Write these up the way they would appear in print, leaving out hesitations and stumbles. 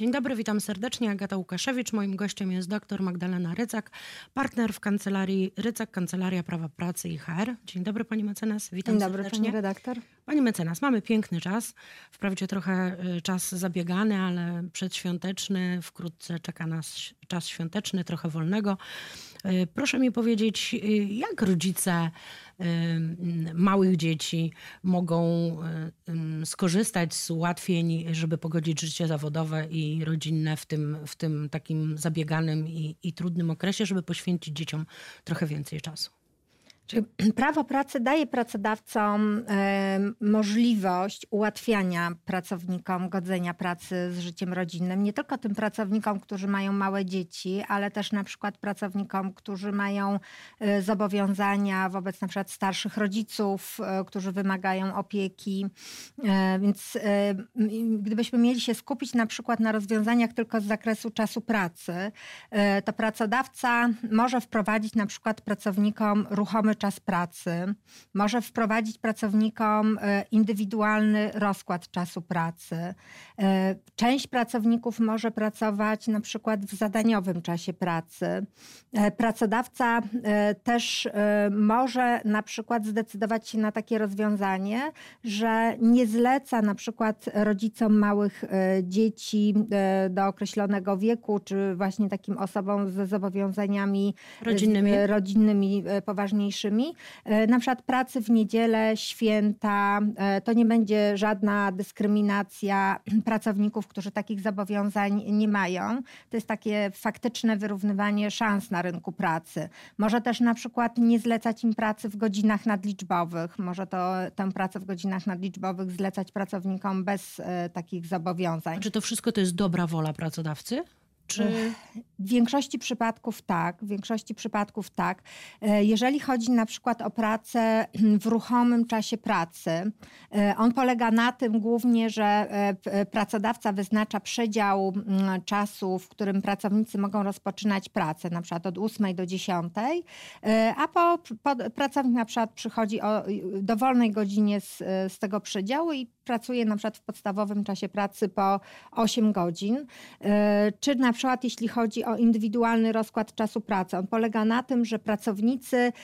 Dzień dobry, witam serdecznie. Agata Łukaszewicz. Moim gościem jest dr Magdalena Ryczak, partner w kancelarii Ryczak, Kancelaria Prawa Pracy i HR. Dzień dobry, pani mecenas. Witam Dzień dobry, serdecznie. pani redaktor. Pani mecenas, mamy piękny czas. Wprawdzie trochę czas zabiegany, ale przedświąteczny. Wkrótce czeka nas czas świąteczny, trochę wolnego. Proszę mi powiedzieć, jak rodzice małych dzieci mogą skorzystać z ułatwień, żeby pogodzić życie zawodowe i rodzinne w tym takim zabieganym i trudnym okresie, żeby poświęcić dzieciom trochę więcej czasu? Czyli prawo pracy daje pracodawcom możliwość ułatwiania pracownikom godzenia pracy z życiem rodzinnym. Nie tylko tym pracownikom, którzy mają małe dzieci, ale też na przykład pracownikom, którzy mają zobowiązania wobec na przykład starszych rodziców, którzy wymagają opieki. Więc gdybyśmy mieli się skupić na przykład na rozwiązaniach tylko z zakresu czasu pracy, to pracodawca może wprowadzić na przykład pracownikom ruchomy czas pracy, może wprowadzić pracownikom indywidualny rozkład czasu pracy. Część pracowników może pracować na przykład w zadaniowym czasie pracy. Pracodawca też może na przykład zdecydować się na takie rozwiązanie, że nie zleca na przykład rodzicom małych dzieci do określonego wieku, czy właśnie takim osobom ze zobowiązaniami rodzinnymi poważniejszymi, na przykład pracy w niedzielę, święta. To nie będzie żadna dyskryminacja pracowników, którzy takich zobowiązań nie mają. To jest takie faktyczne wyrównywanie szans na rynku pracy. Może też na przykład nie zlecać im pracy w godzinach nadliczbowych. Może tę pracę w godzinach nadliczbowych zlecać pracownikom bez takich zobowiązań. Czy to wszystko to jest dobra wola pracodawcy? W większości przypadków tak. Jeżeli chodzi na przykład o pracę w ruchomym czasie pracy, on polega na tym głównie, że pracodawca wyznacza przedział czasu, w którym pracownicy mogą rozpoczynać pracę, na przykład od 8 do 10, a pracownik na przykład przychodzi o dowolnej godzinie z tego przedziału i pracuje na przykład w podstawowym czasie pracy po 8 godzin. Czy na przykład jeśli chodzi o indywidualny rozkład czasu pracy, on polega na tym, że pracownicy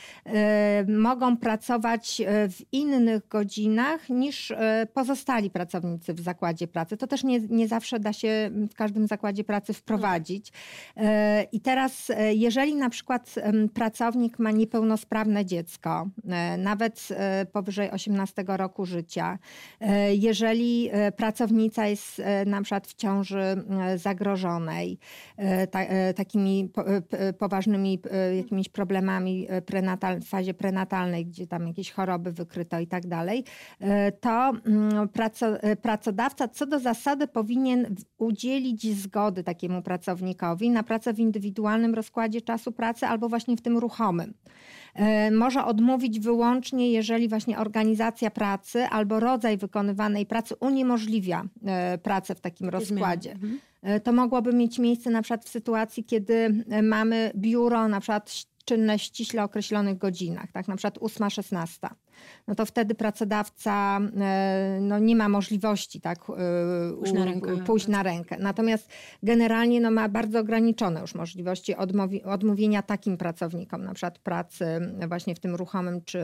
mogą pracować w innych godzinach niż pozostali pracownicy w zakładzie pracy. To też nie zawsze da się w każdym zakładzie pracy wprowadzić. I teraz jeżeli na przykład pracownik ma niepełnosprawne dziecko, nawet powyżej 18 roku życia, jeżeli pracownica jest na przykład w ciąży zagrożonej, takimi poważnymi jakimiś problemami w fazie prenatalnej, gdzie tam jakieś choroby wykryto i tak dalej, to pracodawca co do zasady powinien udzielić zgody takiemu pracownikowi na pracę w indywidualnym rozkładzie czasu pracy albo właśnie w tym ruchomym. Może odmówić wyłącznie, jeżeli właśnie organizacja pracy albo rodzaj wykonywanej pracy uniemożliwia pracę w takim rozkładzie. To mogłoby mieć miejsce na przykład w sytuacji, kiedy mamy biuro na przykład czynne w ściśle określonych godzinach, tak, na przykład 8-16. No to wtedy pracodawca nie ma możliwości tak, pójść na rękę. Natomiast generalnie ma bardzo ograniczone już możliwości odmówienia takim pracownikom, na przykład pracy właśnie w tym ruchomym czy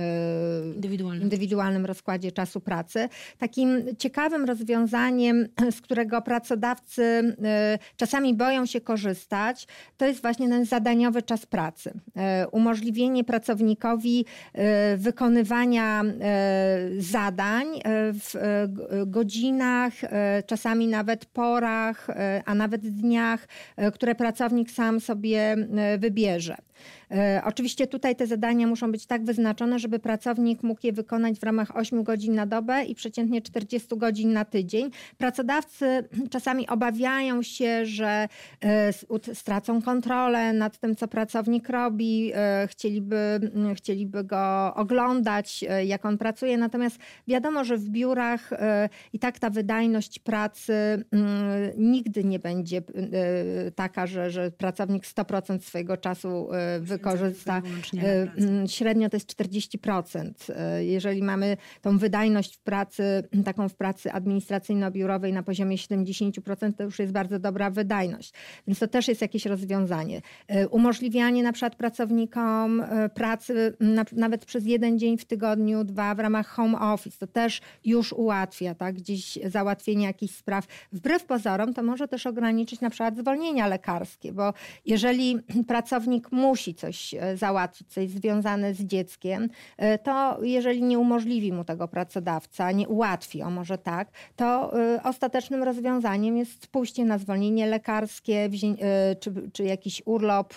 indywidualnym rozkładzie czasu pracy. Takim ciekawym rozwiązaniem, z którego pracodawcy czasami boją się korzystać, to jest właśnie ten zadaniowy czas pracy. Umożliwienie pracownikowi wykonywania zadań w godzinach, czasami nawet porach, a nawet dniach, które pracownik sam sobie wybierze. Oczywiście tutaj te zadania muszą być tak wyznaczone, żeby pracownik mógł je wykonać w ramach 8 godzin na dobę i przeciętnie 40 godzin na tydzień. Pracodawcy czasami obawiają się, że stracą kontrolę nad tym, co pracownik robi, chcieliby go oglądać, jak on pracuje. Natomiast wiadomo, że w biurach i tak ta wydajność pracy nigdy nie będzie taka, że pracownik 100% swojego czasu wykorzysta. Średnio to jest 40%. Jeżeli mamy tą wydajność w pracy, taką w pracy administracyjno-biurowej na poziomie 70%, to już jest bardzo dobra wydajność. Więc to też jest jakieś rozwiązanie. Umożliwianie na przykład pracownikom pracy nawet przez 1 dzień w tygodniu, 2 w ramach home office. To też już ułatwia, tak? Gdzieś załatwienie jakichś spraw. Wbrew pozorom to może też ograniczyć na przykład zwolnienia lekarskie, bo jeżeli pracownik musi coś załatwić, coś związane z dzieckiem, to jeżeli nie umożliwi mu tego pracodawca, nie ułatwi, o może tak, to ostatecznym rozwiązaniem jest pójście na zwolnienie lekarskie czy jakiś urlop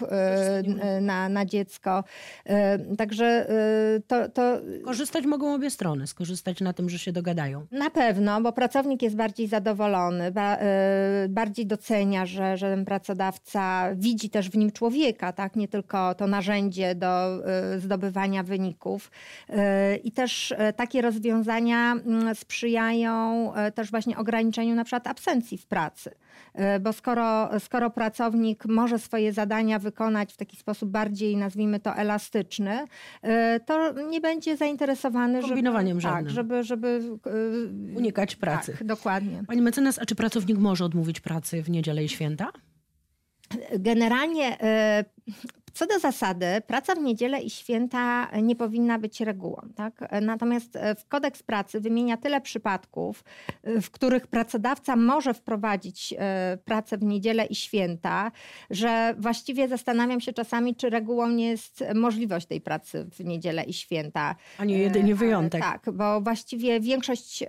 na dziecko. Także to... Korzystać mogą obie strony, skorzystać na tym, że się dogadają. Na pewno, bo pracownik jest bardziej zadowolony, bardziej docenia, że ten pracodawca widzi też w nim człowieka, tak? Nie tylko to narzędzie do zdobywania wyników. I też takie rozwiązania sprzyjają też właśnie ograniczeniu na przykład absencji w pracy. Bo skoro pracownik może swoje zadania wykonać w taki sposób bardziej, nazwijmy to, elastyczny, to nie będzie zainteresowany kombinowaniem żadnym. Żeby unikać pracy. Tak, dokładnie. Pani mecenas, a czy pracownik może odmówić pracy w niedzielę i święta? Generalnie co do zasady, praca w niedzielę i święta nie powinna być regułą. Tak? Natomiast kodeks pracy wymienia tyle przypadków, w których pracodawca może wprowadzić pracę w niedzielę i święta, że właściwie zastanawiam się czasami, czy regułą nie jest możliwość tej pracy w niedzielę i święta. A nie jedynie wyjątek. Tak, bo właściwie większość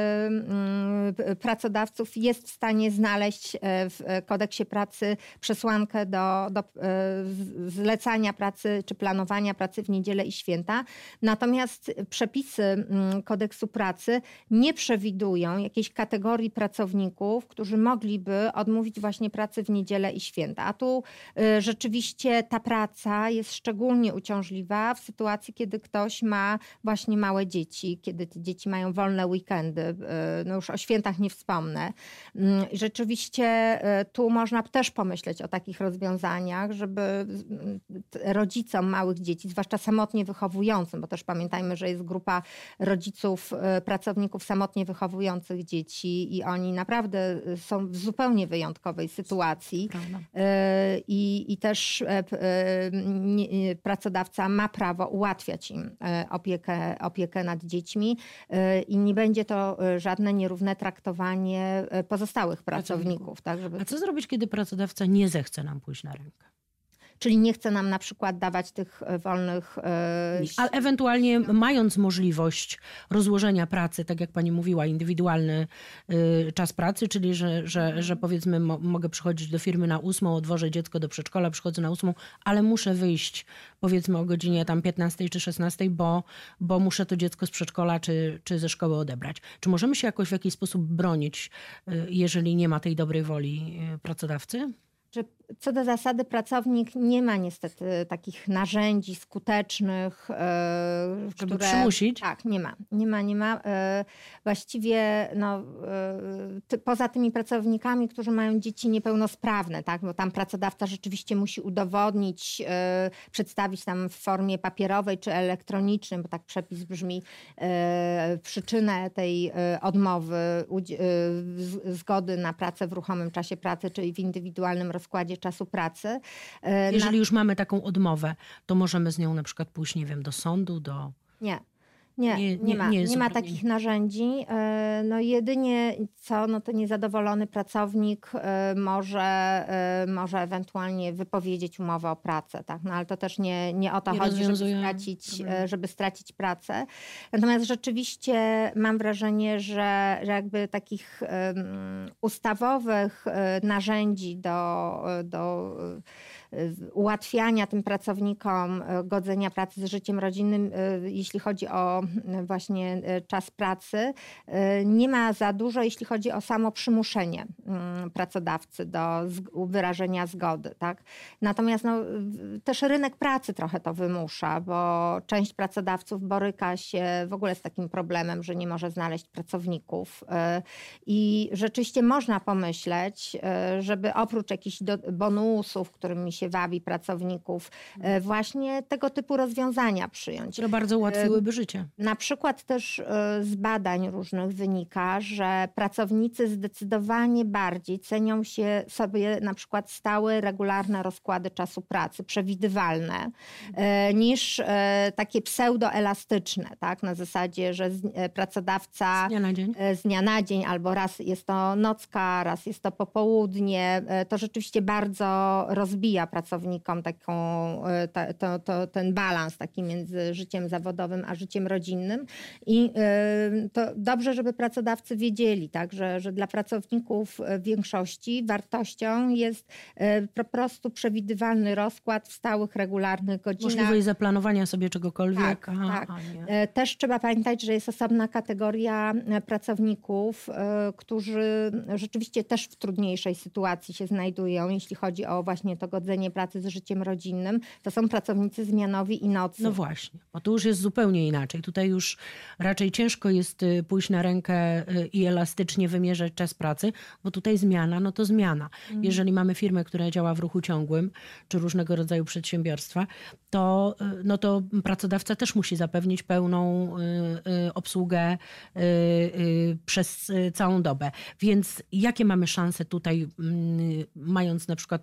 pracodawców jest w stanie znaleźć w kodeksie pracy przesłankę do zlecania pracy czy planowania pracy w niedzielę i święta. Natomiast przepisy kodeksu pracy nie przewidują jakiejś kategorii pracowników, którzy mogliby odmówić właśnie pracy w niedzielę i święta. A tu rzeczywiście ta praca jest szczególnie uciążliwa w sytuacji, kiedy ktoś ma właśnie małe dzieci, kiedy te dzieci mają wolne weekendy. No już o świętach nie wspomnę. Rzeczywiście tu można też pomyśleć o takich rozwiązaniach, żeby rodzicom małych dzieci, zwłaszcza samotnie wychowującym, bo też pamiętajmy, że jest grupa rodziców, pracowników samotnie wychowujących dzieci i oni naprawdę są w zupełnie wyjątkowej sytuacji. I też pracodawca ma prawo ułatwiać im opiekę nad dziećmi i nie będzie to żadne nierówne traktowanie pozostałych pracowników. Tak, żeby... A co zrobić, kiedy pracodawca nie zechce nam pójść na rękę? Czyli nie chce nam na przykład dawać tych wolnych... Ale ewentualnie mając możliwość rozłożenia pracy, tak jak pani mówiła, indywidualny czas pracy, czyli że powiedzmy mogę przychodzić do firmy na 8, odwożę dziecko do przedszkola, przychodzę na 8, ale muszę wyjść powiedzmy o godzinie tam 15 czy 16, bo muszę to dziecko z przedszkola czy ze szkoły odebrać. Czy możemy się jakoś w jakiś sposób bronić, jeżeli nie ma tej dobrej woli pracodawcy? Co do zasady pracownik nie ma niestety takich narzędzi skutecznych, żeby przymusić? Tak, nie ma. Właściwie poza tymi pracownikami, którzy mają dzieci niepełnosprawne, tak, bo tam pracodawca rzeczywiście musi udowodnić, przedstawić tam w formie papierowej czy elektronicznej, bo tak przepis brzmi, przyczynę tej odmowy, zgody na pracę w ruchomym czasie pracy, czyli w indywidualnym rozkładzie czasu pracy. Jeżeli już mamy taką odmowę, to możemy z nią na przykład pójść, nie wiem, do sądu, Nie ma takich narzędzi. No jedynie to niezadowolony pracownik może ewentualnie wypowiedzieć umowę o pracę. Tak? No ale to też nie o to chodzi, żeby stracić pracę. Natomiast rzeczywiście mam wrażenie, że jakby takich ustawowych narzędzi do ułatwiania tym pracownikom godzenia pracy z życiem rodzinnym, jeśli chodzi o o właśnie czas pracy, nie ma za dużo, jeśli chodzi o samo przymuszenie pracodawcy do wyrażenia zgody. Tak? Natomiast też rynek pracy trochę to wymusza, bo część pracodawców boryka się w ogóle z takim problemem, że nie może znaleźć pracowników. I rzeczywiście można pomyśleć, żeby oprócz jakichś bonusów, którymi się wabi pracowników, właśnie tego typu rozwiązania przyjąć. Które bardzo ułatwiłyby życie. Na przykład też z badań różnych wynika, że pracownicy zdecydowanie bardziej cenią się sobie na przykład stałe, regularne rozkłady czasu pracy, przewidywalne, niż takie pseudoelastyczne, tak? Na zasadzie, że pracodawca z dnia na dzień albo raz jest to nocka, raz jest to popołudnie. To rzeczywiście bardzo rozbija pracownikom ten balans taki między życiem zawodowym a życiem rodzinnym. I to dobrze, żeby pracodawcy wiedzieli, tak, że dla pracowników w większości wartością jest po prostu przewidywalny rozkład w stałych, regularnych godzinach. Możliwość zaplanowania sobie czegokolwiek. Tak. Też trzeba pamiętać, że jest osobna kategoria pracowników, którzy rzeczywiście też w trudniejszej sytuacji się znajdują, jeśli chodzi o właśnie to godzenie pracy z życiem rodzinnym. To są pracownicy zmianowi i nocni. No właśnie, bo tu już jest zupełnie inaczej. Tutaj już raczej ciężko jest pójść na rękę i elastycznie wymierzać czas pracy, bo tutaj zmiana, no to zmiana. Jeżeli mamy firmę, która działa w ruchu ciągłym, czy różnego rodzaju przedsiębiorstwa, to pracodawca też musi zapewnić pełną obsługę przez całą dobę. Więc jakie mamy szanse tutaj, mając na przykład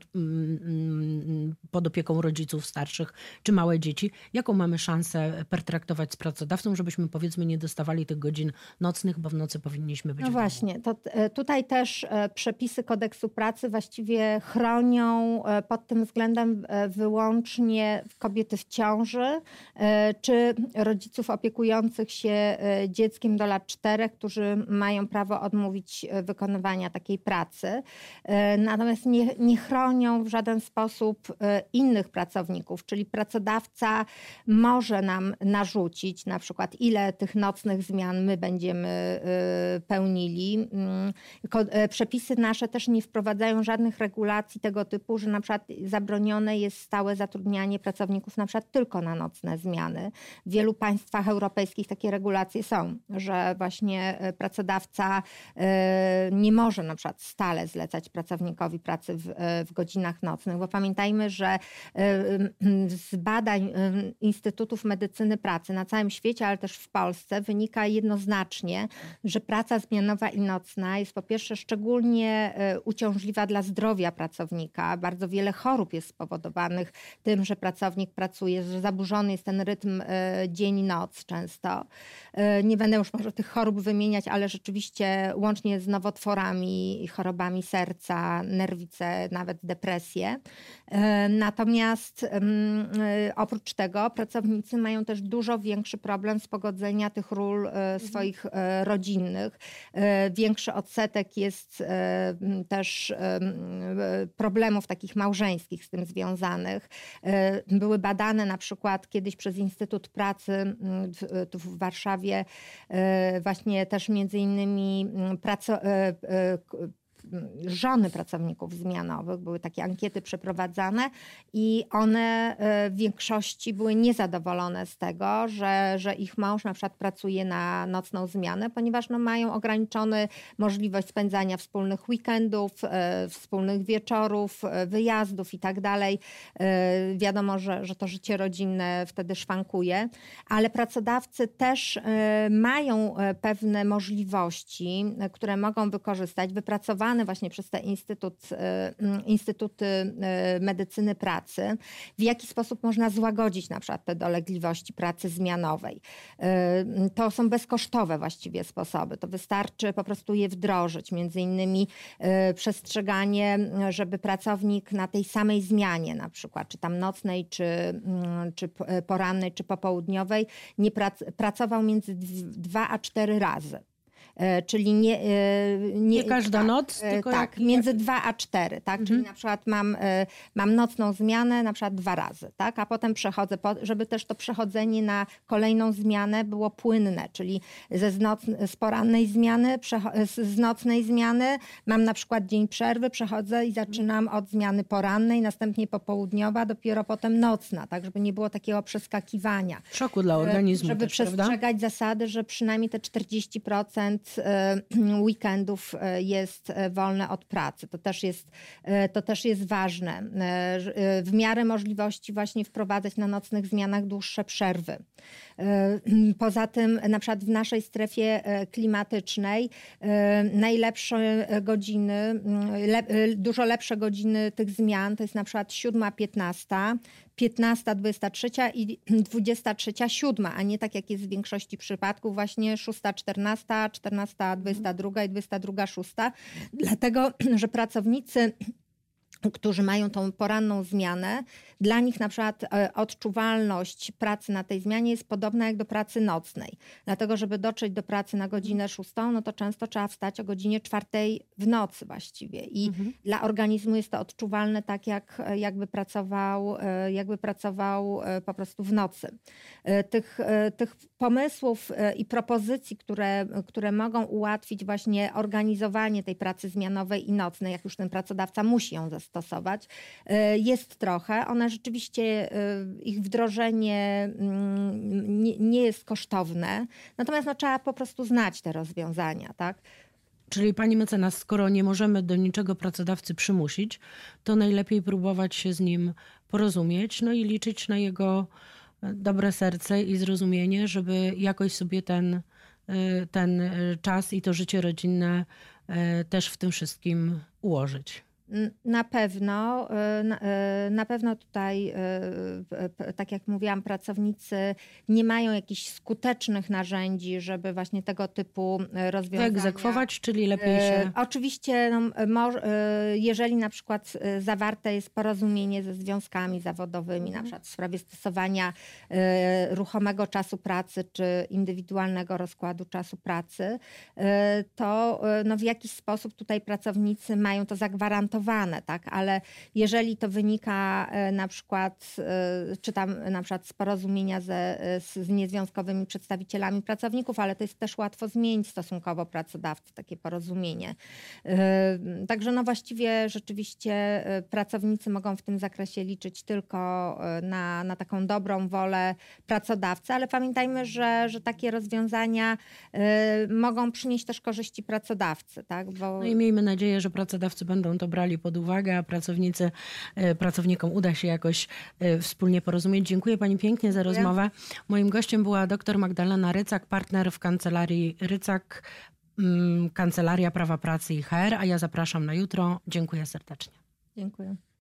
pod opieką rodziców starszych, czy małe dzieci, jaką mamy szansę pertraktować z pracodawcą, żebyśmy powiedzmy nie dostawali tych godzin nocnych, bo w nocy powinniśmy być w domu. Właśnie, to tutaj też przepisy kodeksu pracy właściwie chronią pod tym względem wyłącznie kobiety w ciąży, czy rodziców opiekujących się dzieckiem do lat 4, którzy mają prawo odmówić wykonywania takiej pracy. Natomiast nie chronią w żaden sposób innych pracowników, czyli pracodawca może nam narzucić na przykład, ile tych nocnych zmian my będziemy pełnili. Przepisy nasze też nie wprowadzają żadnych regulacji tego typu, że na przykład zabronione jest stałe zatrudnianie pracowników na przykład tylko na nocne zmiany. W wielu państwach europejskich takie regulacje są, że właśnie pracodawca nie może na przykład stale zlecać pracownikowi pracy w godzinach nocnych, bo pamiętajmy, że z badań Instytutów Medycyny Pracy na całym świecie, ale też w Polsce wynika jednoznacznie, że praca zmianowa i nocna jest po pierwsze szczególnie uciążliwa dla zdrowia pracownika. Bardzo wiele chorób jest spowodowanych tym, że pracownik pracuje, że zaburzony jest ten rytm dzień-noc często. Nie będę już może tych chorób wymieniać, ale rzeczywiście łącznie z nowotworami, chorobami serca, nerwice, nawet depresję. Natomiast oprócz tego pracownicy mają też dużo większy problem z pogodzenia tych ról swoich rodzinnych. Większy odsetek jest też problemów takich małżeńskich z tym związanych. Były badane na przykład kiedyś przez Instytut Pracy tu w Warszawie właśnie też między innymi żony pracowników zmianowych. Były takie ankiety przeprowadzane i one w większości były niezadowolone z tego, że ich mąż na przykład pracuje na nocną zmianę, ponieważ mają ograniczoną możliwość spędzania wspólnych weekendów, wspólnych wieczorów, wyjazdów i tak dalej. Wiadomo, że to życie rodzinne wtedy szwankuje, ale pracodawcy też mają pewne możliwości, które mogą wykorzystać, wypracowane właśnie przez te instytuty medycyny pracy, w jaki sposób można złagodzić na przykład te dolegliwości pracy zmianowej. To są bezkosztowe właściwie sposoby. To wystarczy po prostu je wdrożyć. Między innymi przestrzeganie, żeby pracownik na tej samej zmianie na przykład, czy tam nocnej, czy porannej, czy popołudniowej, nie pracował między 2 a 4 razy. czyli Nie każda noc, tylko tak, między 2 a 4, tak? Czyli na przykład mam nocną zmianę na przykład 2 razy, tak? A potem przechodzę, żeby też to przechodzenie na kolejną zmianę było płynne, czyli z porannej zmiany, z nocnej zmiany mam na przykład dzień przerwy, przechodzę i zaczynam od zmiany porannej, następnie popołudniowa, dopiero potem nocna, tak? Żeby nie było takiego przeskakiwania. Szoku dla organizmu żeby też, przestrzegać prawda? zasady, że przynajmniej te 40% weekendów jest wolne od pracy. To też jest ważne. W miarę możliwości właśnie wprowadzać na nocnych zmianach dłuższe przerwy. Poza tym na przykład w naszej strefie klimatycznej najlepsze godziny, dużo lepsze godziny tych zmian to jest na przykład 7:15, 15:23 i 23:07, a nie tak jak jest w większości przypadków właśnie 6:14, 14:22 i 22:06. Dlatego, że pracownicy, którzy mają tą poranną zmianę, dla nich na przykład odczuwalność pracy na tej zmianie jest podobna jak do pracy nocnej. Dlatego, żeby dotrzeć do pracy na godzinę 6, no to często trzeba wstać o godzinie 4 w nocy właściwie. I dla organizmu jest to odczuwalne tak, jakby pracował po prostu w nocy. Tych pomysłów i propozycji, które mogą ułatwić właśnie organizowanie tej pracy zmianowej i nocnej, jak już ten pracodawca musi ją zastosować, jest trochę. One rzeczywiście, ich wdrożenie nie jest kosztowne, natomiast trzeba po prostu znać te rozwiązania, tak? Czyli pani mecenas, skoro nie możemy do niczego pracodawcy przymusić, to najlepiej próbować się z nim porozumieć, no i liczyć na jego dobre serce i zrozumienie, żeby jakoś sobie ten czas i to życie rodzinne też w tym wszystkim ułożyć. Na pewno tutaj, tak jak mówiłam, pracownicy nie mają jakichś skutecznych narzędzi, żeby właśnie tego typu rozwiązania Wyegzekwować, czyli lepiej się... Oczywiście, jeżeli na przykład zawarte jest porozumienie ze związkami zawodowymi, na przykład w sprawie stosowania ruchomego czasu pracy czy indywidualnego rozkładu czasu pracy, to w jakiś sposób tutaj pracownicy mają to zagwarantowane, tak? Ale jeżeli to wynika na przykład, czy tam na przykład z porozumienia z niezwiązkowymi przedstawicielami pracowników, ale to jest też łatwo zmienić stosunkowo pracodawcy, takie porozumienie. Także właściwie rzeczywiście pracownicy mogą w tym zakresie liczyć tylko na taką dobrą wolę pracodawcy, ale pamiętajmy, że takie rozwiązania mogą przynieść też korzyści pracodawcy, tak? No i miejmy nadzieję, że pracodawcy będą to brali pod uwagę, a pracownikom uda się jakoś wspólnie porozumieć. Dziękuję pani pięknie za rozmowę. Moim gościem była dr Magdalena Rycak, partner w kancelarii Rycak, Kancelaria Prawa Pracy i HR, a ja zapraszam na jutro. Dziękuję serdecznie. Dziękuję.